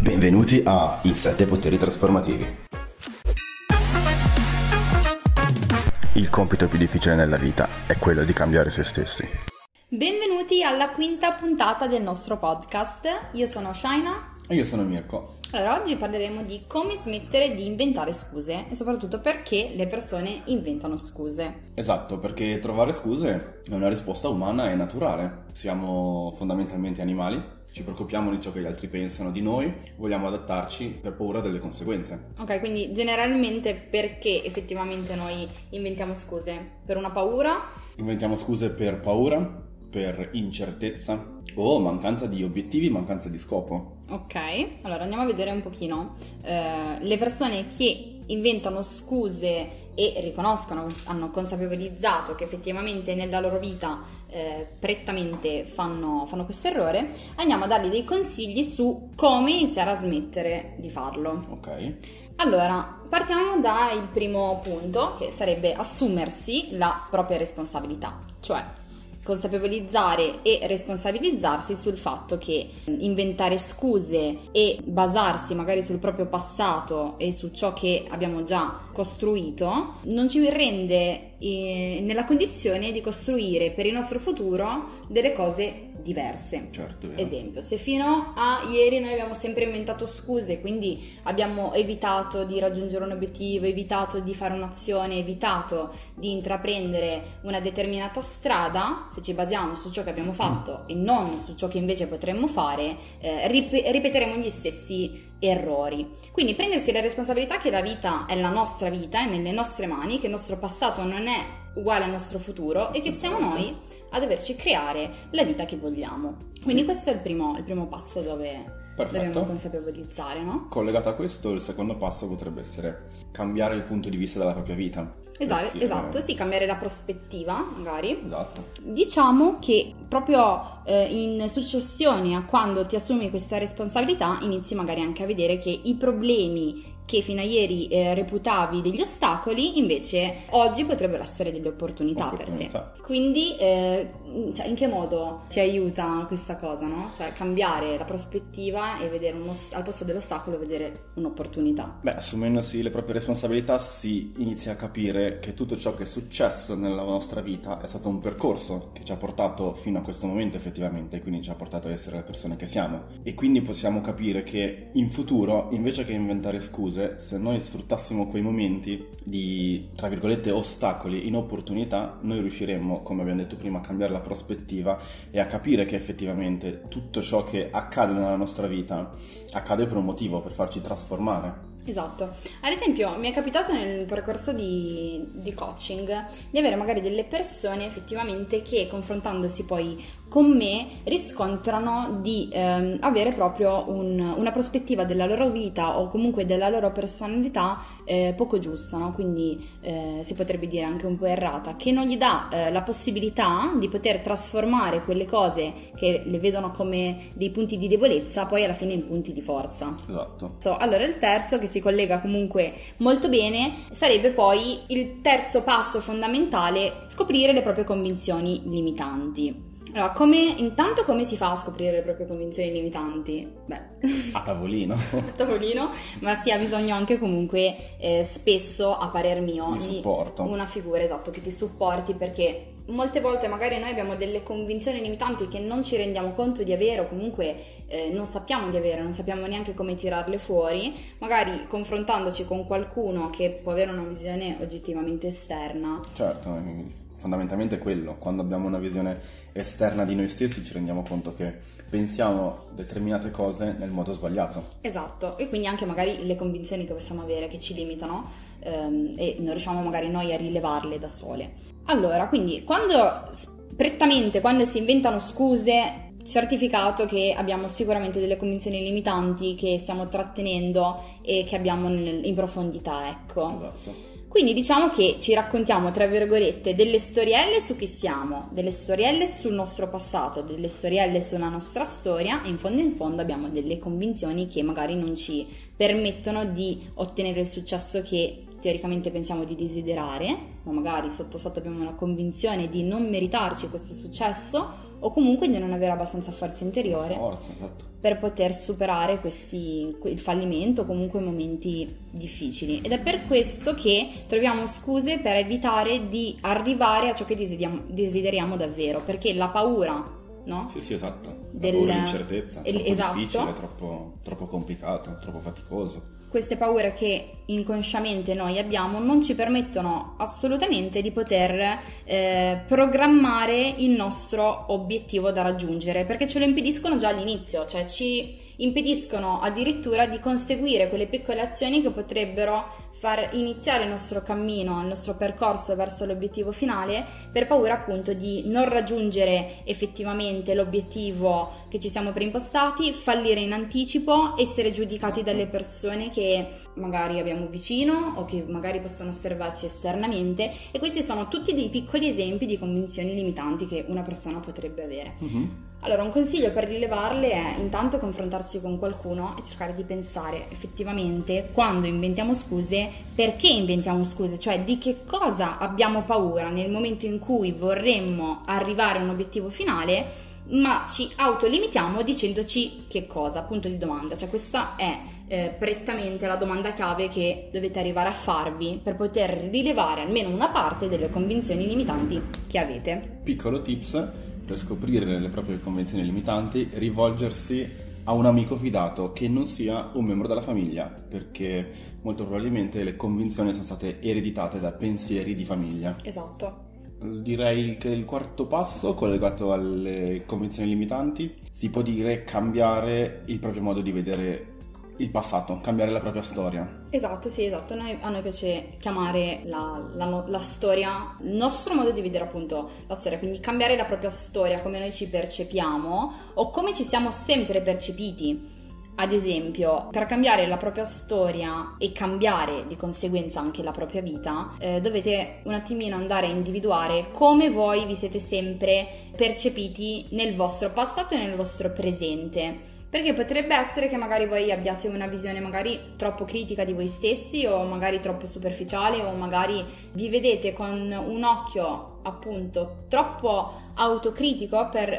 Benvenuti a I 7 poteri trasformativi. Il compito più difficile nella vita è quello di cambiare se stessi. Benvenuti alla quinta puntata del nostro podcast. Io sono Shaina. E io sono Mirko. Allora, oggi parleremo di come smettere di inventare scuse e soprattutto perché le persone inventano scuse. Esatto, perché trovare scuse è una risposta umana e naturale. Siamo fondamentalmente animali. Ci preoccupiamo di ciò che gli altri pensano di noi, vogliamo adattarci per paura delle conseguenze. Ok, quindi generalmente perché effettivamente noi inventiamo scuse? Per una paura? Inventiamo scuse per paura, per incertezza o mancanza di obiettivi, mancanza di scopo. Ok, allora andiamo a vedere un pochino le persone che inventano scuse e riconoscono, hanno consapevolizzato che effettivamente nella loro vita prettamente fanno questo errore. Andiamo a dargli dei consigli su come iniziare a smettere di farlo. Ok. Allora, partiamo dal primo punto, che sarebbe assumersi la propria responsabilità, cioè consapevolizzare e responsabilizzarsi sul fatto che inventare scuse e basarsi magari sul proprio passato e su ciò che abbiamo già costruito non ci rende nella condizione di costruire per il nostro futuro delle cose diverse. Certo, è vero. Esempio, se fino a ieri noi abbiamo sempre inventato scuse, quindi abbiamo evitato di raggiungere un obiettivo, evitato di fare un'azione, evitato di intraprendere una determinata strada, se ci basiamo su ciò che abbiamo fatto e non su ciò che invece potremmo fare, ripeteremo gli stessi errori. Quindi prendersi la responsabilità che la vita è la nostra vita, è nelle nostre mani, che il nostro passato non è uguale al nostro futuro e che siamo noi a doverci creare la vita che vogliamo. Quindi questo è il primo passo dove dobbiamo consapevolizzare, no? Collegato a questo, il secondo passo potrebbe essere cambiare il punto di vista della propria vita. Esatto, sì, cambiare la prospettiva, magari. Esatto. Diciamo che proprio in successione a quando ti assumi questa responsabilità inizi magari anche a vedere che i problemi che fino a ieri reputavi degli ostacoli invece oggi potrebbero essere delle opportunità per te. Quindi cioè, in che modo ci aiuta questa cosa, no? Cioè cambiare la prospettiva e vedere al posto dell'ostacolo vedere un'opportunità. Beh, assumendosi le proprie responsabilità si inizia a capire che tutto ciò che è successo nella nostra vita è stato un percorso che ci ha portato fino a questo momento effettivamente, e quindi ci ha portato ad essere le persone che siamo. E quindi possiamo capire che in futuro, invece che inventare scuse, se noi sfruttassimo quei momenti di, tra virgolette, ostacoli in opportunità, noi riusciremmo, come abbiamo detto prima, a cambiare la prospettiva e a capire che effettivamente tutto ciò che accade nella nostra vita accade per un motivo, per farci trasformare. Esatto, ad esempio mi è capitato nel percorso di coaching di avere magari delle persone effettivamente che confrontandosi poi con me riscontrano di avere proprio una prospettiva della loro vita o comunque della loro personalità poco giusta, no? Quindi si potrebbe dire anche un po' errata, che non gli dà la possibilità di poter trasformare quelle cose che le vedono come dei punti di debolezza poi alla fine in punti di forza. Esatto. Allora il terzo, che si collega comunque molto bene, sarebbe poi il terzo passo fondamentale: scoprire le proprie convinzioni limitanti. Allora, intanto come si fa a scoprire le proprie convinzioni limitanti? Beh, a tavolino. A tavolino, ma sì, ha bisogno anche comunque spesso, a parer mio, di supporto. Una figura, esatto, che ti supporti, perché molte volte magari noi abbiamo delle convinzioni limitanti che non ci rendiamo conto di avere o comunque non sappiamo di avere, non sappiamo neanche come tirarle fuori, magari confrontandoci con qualcuno che può avere una visione oggettivamente esterna. Certo, fondamentalmente quello, quando abbiamo una visione esterna di noi stessi ci rendiamo conto che pensiamo determinate cose nel modo sbagliato. Esatto, e quindi anche magari le convinzioni che possiamo avere che ci limitano e non riusciamo magari noi a rilevarle da sole. Allora, quindi quando si inventano scuse, certificato che abbiamo sicuramente delle convinzioni limitanti che stiamo trattenendo e che abbiamo in profondità, ecco. Esatto. Quindi diciamo che ci raccontiamo, tra virgolette, delle storielle su chi siamo, delle storielle sul nostro passato, delle storielle sulla nostra storia, e in fondo abbiamo delle convinzioni che magari non ci permettono di ottenere il successo che teoricamente pensiamo di desiderare, ma magari sotto sotto abbiamo una convinzione di non meritarci questo successo, o comunque di non avere abbastanza forza interiore Esatto. per poter superare il fallimento o comunque momenti difficili. Ed è per questo che troviamo scuse per evitare di arrivare a ciò che desideriamo davvero, perché la paura, no? Sì, esatto. L'incertezza, troppo esatto. difficile, troppo complicato, troppo faticoso. Queste paure che inconsciamente noi abbiamo non ci permettono assolutamente di poter programmare il nostro obiettivo da raggiungere, perché ce lo impediscono già all'inizio, cioè ci impediscono addirittura di conseguire quelle piccole azioni che potrebbero far iniziare il nostro cammino, il nostro percorso verso l'obiettivo finale, per paura appunto di non raggiungere effettivamente l'obiettivo che ci siamo preimpostati, fallire in anticipo, essere giudicati dalle persone che magari abbiamo vicino o che magari possono osservarci esternamente, e questi sono tutti dei piccoli esempi di convinzioni limitanti che una persona potrebbe avere. Allora, un consiglio per rilevarle è intanto confrontarsi con qualcuno e cercare di pensare effettivamente, quando inventiamo scuse, perché inventiamo scuse, cioè di che cosa abbiamo paura nel momento in cui vorremmo arrivare a un obiettivo finale, ma ci autolimitiamo dicendoci che cosa, punto di domanda. Cioè questa è prettamente la domanda chiave che dovete arrivare a farvi per poter rilevare almeno una parte delle convinzioni limitanti che avete. Piccolo tips per scoprire le proprie convinzioni limitanti: rivolgersi a un amico fidato che non sia un membro della famiglia, perché molto probabilmente le convinzioni sono state ereditate da pensieri di famiglia. Esatto. Direi che il quarto passo, collegato alle convinzioni limitanti, si può dire cambiare il proprio modo di vedere il passato, cambiare la propria storia. Esatto, sì, esatto. A noi piace chiamare la storia, il nostro modo di vedere appunto la storia, quindi cambiare la propria storia, come noi ci percepiamo o come ci siamo sempre percepiti. Ad esempio, per cambiare la propria storia e cambiare di conseguenza anche la propria vita, dovete un attimino andare a individuare come voi vi siete sempre percepiti nel vostro passato e nel vostro presente. Perché potrebbe essere che magari voi abbiate una visione magari troppo critica di voi stessi, o magari troppo superficiale, o magari vi vedete con un occhio appunto troppo autocritico per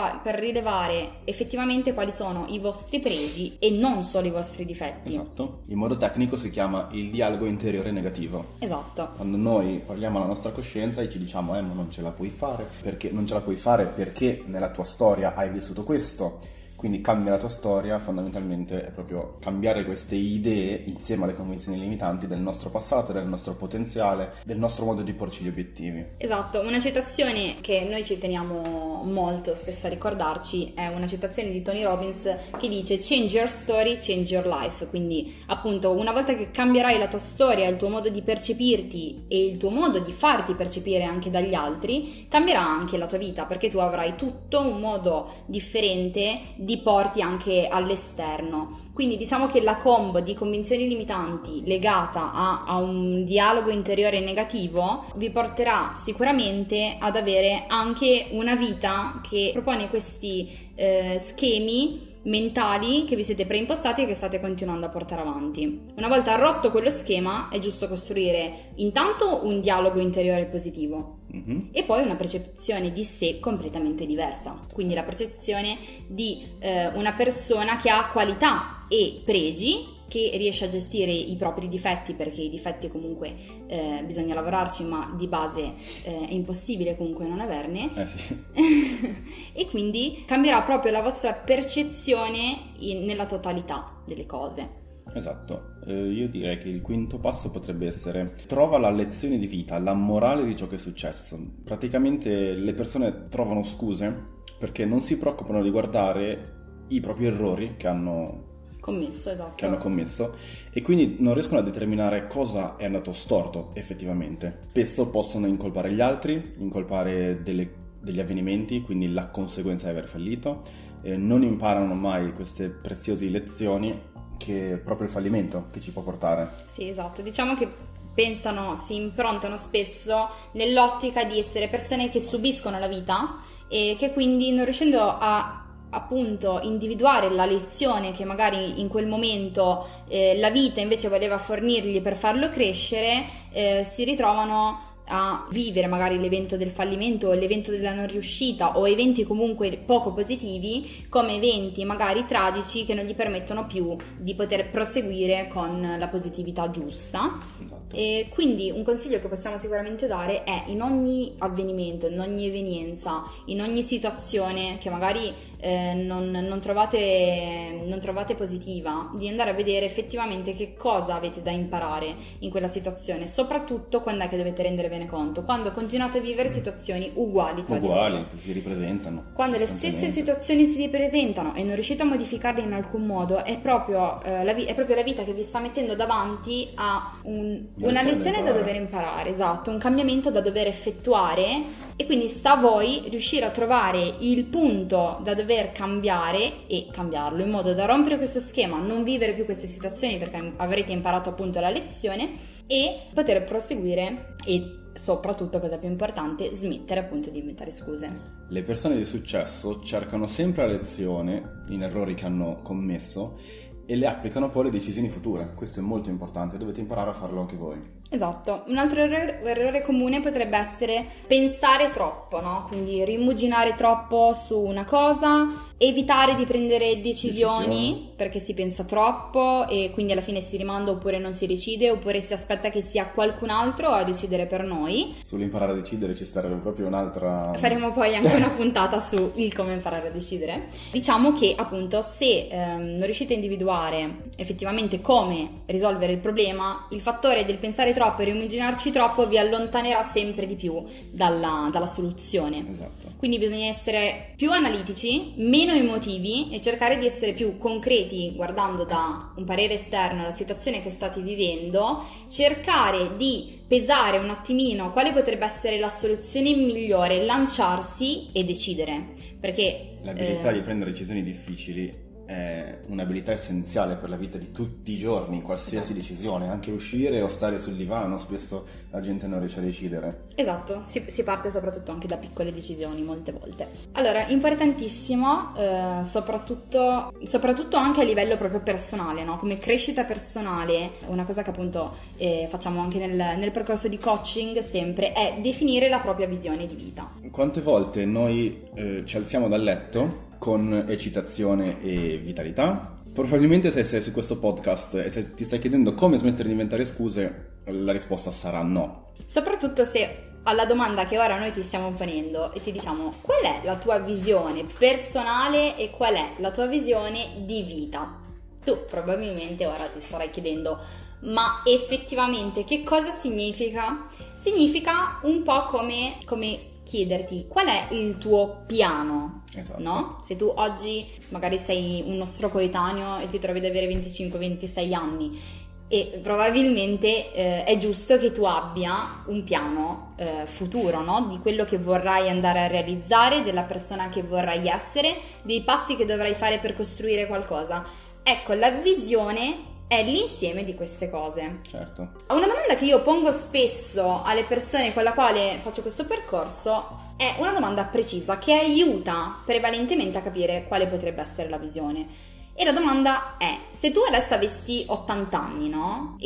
rilevare effettivamente quali sono i vostri pregi e non solo i vostri difetti. Esatto, in modo tecnico si chiama il dialogo interiore negativo. Esatto. Quando noi parliamo alla nostra coscienza e ci diciamo ma non ce la puoi fare, perché non ce la puoi fare perché nella tua storia hai vissuto questo. Quindi cambia la tua storia, fondamentalmente è proprio cambiare queste idee insieme alle convinzioni limitanti del nostro passato, del nostro potenziale, del nostro modo di porci gli obiettivi. Esatto, una citazione che noi ci teniamo molto spesso a ricordarci è una citazione di Tony Robbins che dice "Change your story, change your life", quindi appunto una volta che cambierai la tua storia, il tuo modo di percepirti e il tuo modo di farti percepire anche dagli altri, cambierà anche la tua vita, perché tu avrai tutto un modo differente di porti anche all'esterno. Quindi diciamo che la combo di convinzioni limitanti legata a un dialogo interiore negativo vi porterà sicuramente ad avere anche una vita che propone questi schemi mentali che vi siete preimpostati e che state continuando a portare avanti. Una volta rotto quello schema è giusto costruire intanto un dialogo interiore positivo e poi una percezione di sé completamente diversa, quindi la percezione di una persona che ha qualità e pregi, che riesce a gestire i propri difetti, perché i difetti comunque bisogna lavorarci, ma di base è impossibile comunque non averne. Sì. E quindi cambierà proprio la vostra percezione nella totalità delle cose. Esatto, io direi che il quinto passo potrebbe essere: trova la lezione di vita, la morale di ciò che è successo. Praticamente le persone trovano scuse perché non si preoccupano di guardare i propri errori che hanno commesso, e quindi non riescono a determinare cosa è andato storto effettivamente. Spesso possono incolpare gli altri, incolpare degli avvenimenti, quindi la conseguenza di aver fallito, non imparano mai queste preziose lezioni che è proprio il fallimento che ci può portare. Sì, esatto, diciamo che si improntano spesso nell'ottica di essere persone che subiscono la vita e che quindi, non riuscendo a appunto individuare la lezione che magari in quel momento la vita invece voleva fornirgli per farlo crescere, si ritrovano a vivere magari l'evento del fallimento o l'evento della non riuscita o eventi comunque poco positivi come eventi magari tragici che non gli permettono più di poter proseguire con la positività giusta. Esatto. E quindi un consiglio che possiamo sicuramente dare è in ogni avvenimento, in ogni evenienza, in ogni situazione che magari non trovate positiva, di andare a vedere effettivamente che cosa avete da imparare in quella situazione, soprattutto quando è che dovete rendervene conto, quando continuate a vivere situazioni uguali tra di voi, che si ripresentano, quando le stesse situazioni si ripresentano e non riuscite a modificarle in alcun modo, è proprio la vita che vi sta mettendo davanti a una lezione da dover imparare, esatto, un cambiamento da dover effettuare, e quindi sta a voi riuscire a trovare il punto da dover cambiare e cambiarlo in modo da rompere questo schema, non vivere più queste situazioni perché avrete imparato appunto la lezione, e poter proseguire e soprattutto, cosa più importante, smettere appunto di inventare scuse. Le persone di successo cercano sempre la lezione in errori che hanno commesso e le applicano poi alle decisioni future. Questo è molto importante, dovete imparare a farlo anche voi. Esatto, un altro errore comune potrebbe essere pensare troppo, no? Quindi rimuginare troppo su una cosa, evitare di prendere decisioni perché si pensa troppo e quindi alla fine si rimanda oppure non si decide, oppure si aspetta che sia qualcun altro a decidere per noi. Sull'imparare a decidere ci sarebbe proprio un'altra... Faremo poi anche una puntata su il come imparare a decidere. Diciamo che appunto se non riuscite a individuare effettivamente come risolvere il problema, il fattore del pensare troppo e rimuginarci troppo vi allontanerà sempre di più dalla soluzione. Esatto. Quindi bisogna essere più analitici, meno emotivi e cercare di essere più concreti guardando da un parere esterno la situazione che state vivendo, cercare di pesare un attimino quale potrebbe essere la soluzione migliore, lanciarsi e decidere, perché l'abilità di prendere decisioni difficili è un'abilità essenziale per la vita di tutti i giorni, qualsiasi decisione, anche uscire o stare sul divano, spesso la gente non riesce a decidere. Esatto, si parte soprattutto anche da piccole decisioni molte volte. Allora, importantissimo, soprattutto anche a livello proprio personale, no? Come crescita personale, una cosa che appunto facciamo anche nel percorso di coaching sempre, è definire la propria visione di vita. Quante volte noi ci alziamo dal letto con eccitazione e vitalità? Probabilmente se sei su questo podcast e se ti stai chiedendo come smettere di inventare scuse, la risposta sarà no. Soprattutto se alla domanda che ora noi ti stiamo ponendo e ti diciamo qual è la tua visione personale e qual è la tua visione di vita, tu probabilmente ora ti starai chiedendo ma effettivamente che cosa significa? Significa un po' come chiederti qual è il tuo piano, esatto. No? Se tu oggi magari sei un nostro coetaneo e ti trovi ad avere 25-26 anni e probabilmente è giusto che tu abbia un piano futuro, no? Di quello che vorrai andare a realizzare, della persona che vorrai essere, dei passi che dovrai fare per costruire qualcosa. Ecco, la visione è l'insieme di queste cose. Certo. Una domanda che io pongo spesso alle persone con la quale faccio questo percorso è una domanda precisa che aiuta prevalentemente a capire quale potrebbe essere la visione. E la domanda è: se tu adesso avessi 80 anni, no?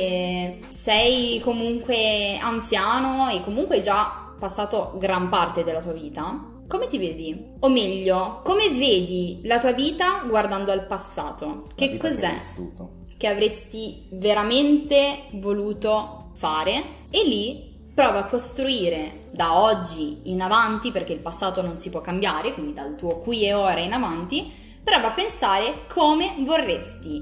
E sei comunque anziano e comunque hai già passato gran parte della tua vita, come ti vedi? O meglio, come vedi la tua vita guardando al passato? Che cos'è che avresti veramente voluto fare? E lì prova a costruire da oggi in avanti, perché il passato non si può cambiare, quindi dal tuo qui e ora in avanti, prova a pensare come vorresti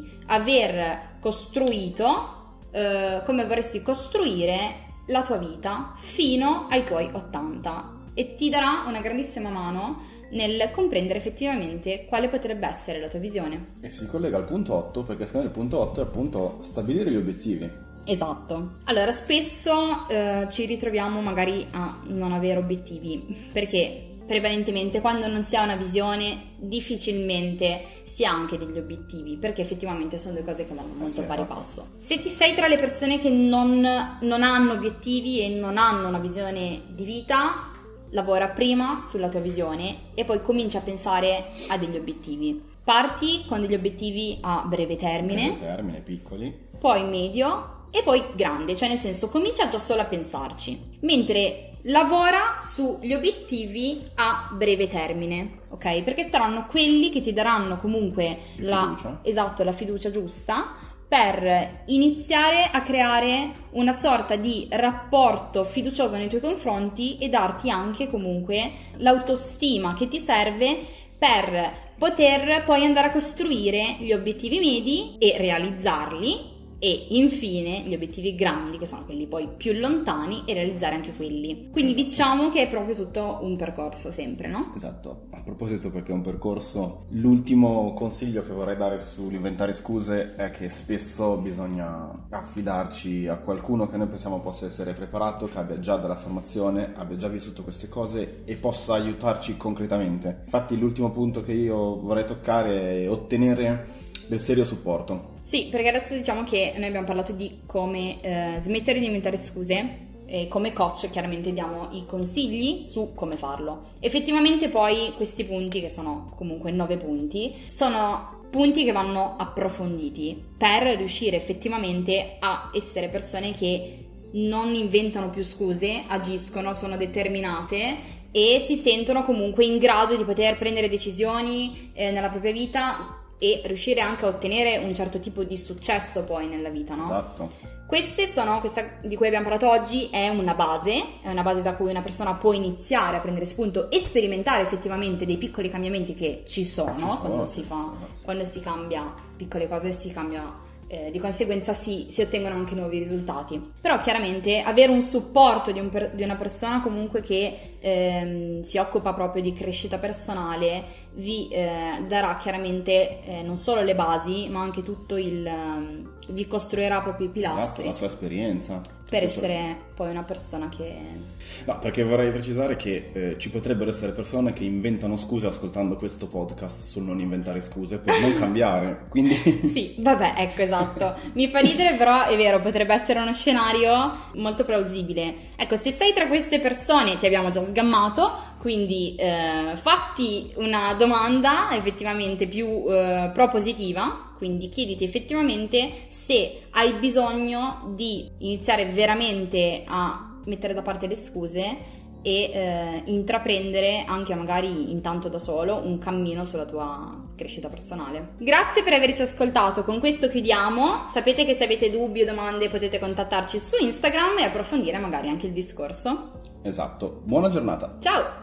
aver costruito, come vorresti costruire la tua vita fino ai tuoi 80, e ti darà una grandissima mano nel comprendere effettivamente quale potrebbe essere la tua visione. E si collega al punto 8, perché secondo me il punto 8 è appunto stabilire gli obiettivi. Esatto. Allora, spesso ci ritroviamo magari a non avere obiettivi, perché prevalentemente quando non si ha una visione difficilmente si ha anche degli obiettivi, perché effettivamente sono due cose che vanno molto pari passo. Se ti sei tra le persone che non hanno obiettivi e non hanno una visione di vita, lavora prima sulla tua visione e poi comincia a pensare a degli obiettivi. Parti con degli obiettivi a breve termine, piccoli, poi medio e poi grande, cioè nel senso comincia già solo a pensarci, mentre lavora sugli obiettivi a breve termine, ok? Perché saranno quelli che ti daranno comunque la fiducia giusta per iniziare a creare una sorta di rapporto fiducioso nei tuoi confronti e darti anche comunque l'autostima che ti serve per poter poi andare a costruire gli obiettivi medi e realizzarli, e infine gli obiettivi grandi, che sono quelli poi più lontani, e realizzare anche quelli. Quindi diciamo che è proprio tutto un percorso sempre, no? Esatto. A proposito, perché è un percorso, l'ultimo consiglio che vorrei dare sull'inventare scuse è che spesso bisogna affidarci a qualcuno che noi pensiamo possa essere preparato, che abbia già della formazione, abbia già vissuto queste cose e possa aiutarci concretamente. Infatti l'ultimo punto che io vorrei toccare è ottenere del serio supporto. Sì, perché adesso diciamo che noi abbiamo parlato di come smettere di inventare scuse, e come coach chiaramente diamo i consigli su come farlo. Effettivamente poi questi punti, che sono comunque 9 punti, sono punti che vanno approfonditi per riuscire effettivamente a essere persone che non inventano più scuse, agiscono, sono determinate e si sentono comunque in grado di poter prendere decisioni nella propria vita e riuscire anche a ottenere un certo tipo di successo poi nella vita, no? Esatto. Questa di cui abbiamo parlato oggi è una base da cui una persona può iniziare a prendere spunto e sperimentare effettivamente dei piccoli cambiamenti che ci sono quando si cambia piccole cose, si cambia. Di conseguenza si ottengono anche nuovi risultati. Però chiaramente avere un supporto di una persona comunque che si occupa proprio di crescita personale vi darà chiaramente non solo le basi, ma anche tutto vi costruirà proprio i pilastri. Esatto, la sua esperienza. Per essere poi una persona che... No, perché vorrei precisare che ci potrebbero essere persone che inventano scuse ascoltando questo podcast sul non inventare scuse per non cambiare, quindi... Sì, vabbè, ecco, esatto. Mi fa ridere, però è vero, potrebbe essere uno scenario molto plausibile. Ecco, se sei tra queste persone ti abbiamo già sgammato, quindi fatti una domanda effettivamente più propositiva. Quindi chiediti effettivamente se hai bisogno di iniziare veramente a mettere da parte le scuse e intraprendere anche magari intanto da solo un cammino sulla tua crescita personale. Grazie per averci ascoltato, con questo chiudiamo. Sapete che se avete dubbi o domande potete contattarci su Instagram e approfondire magari anche il discorso. Esatto, buona giornata. Ciao!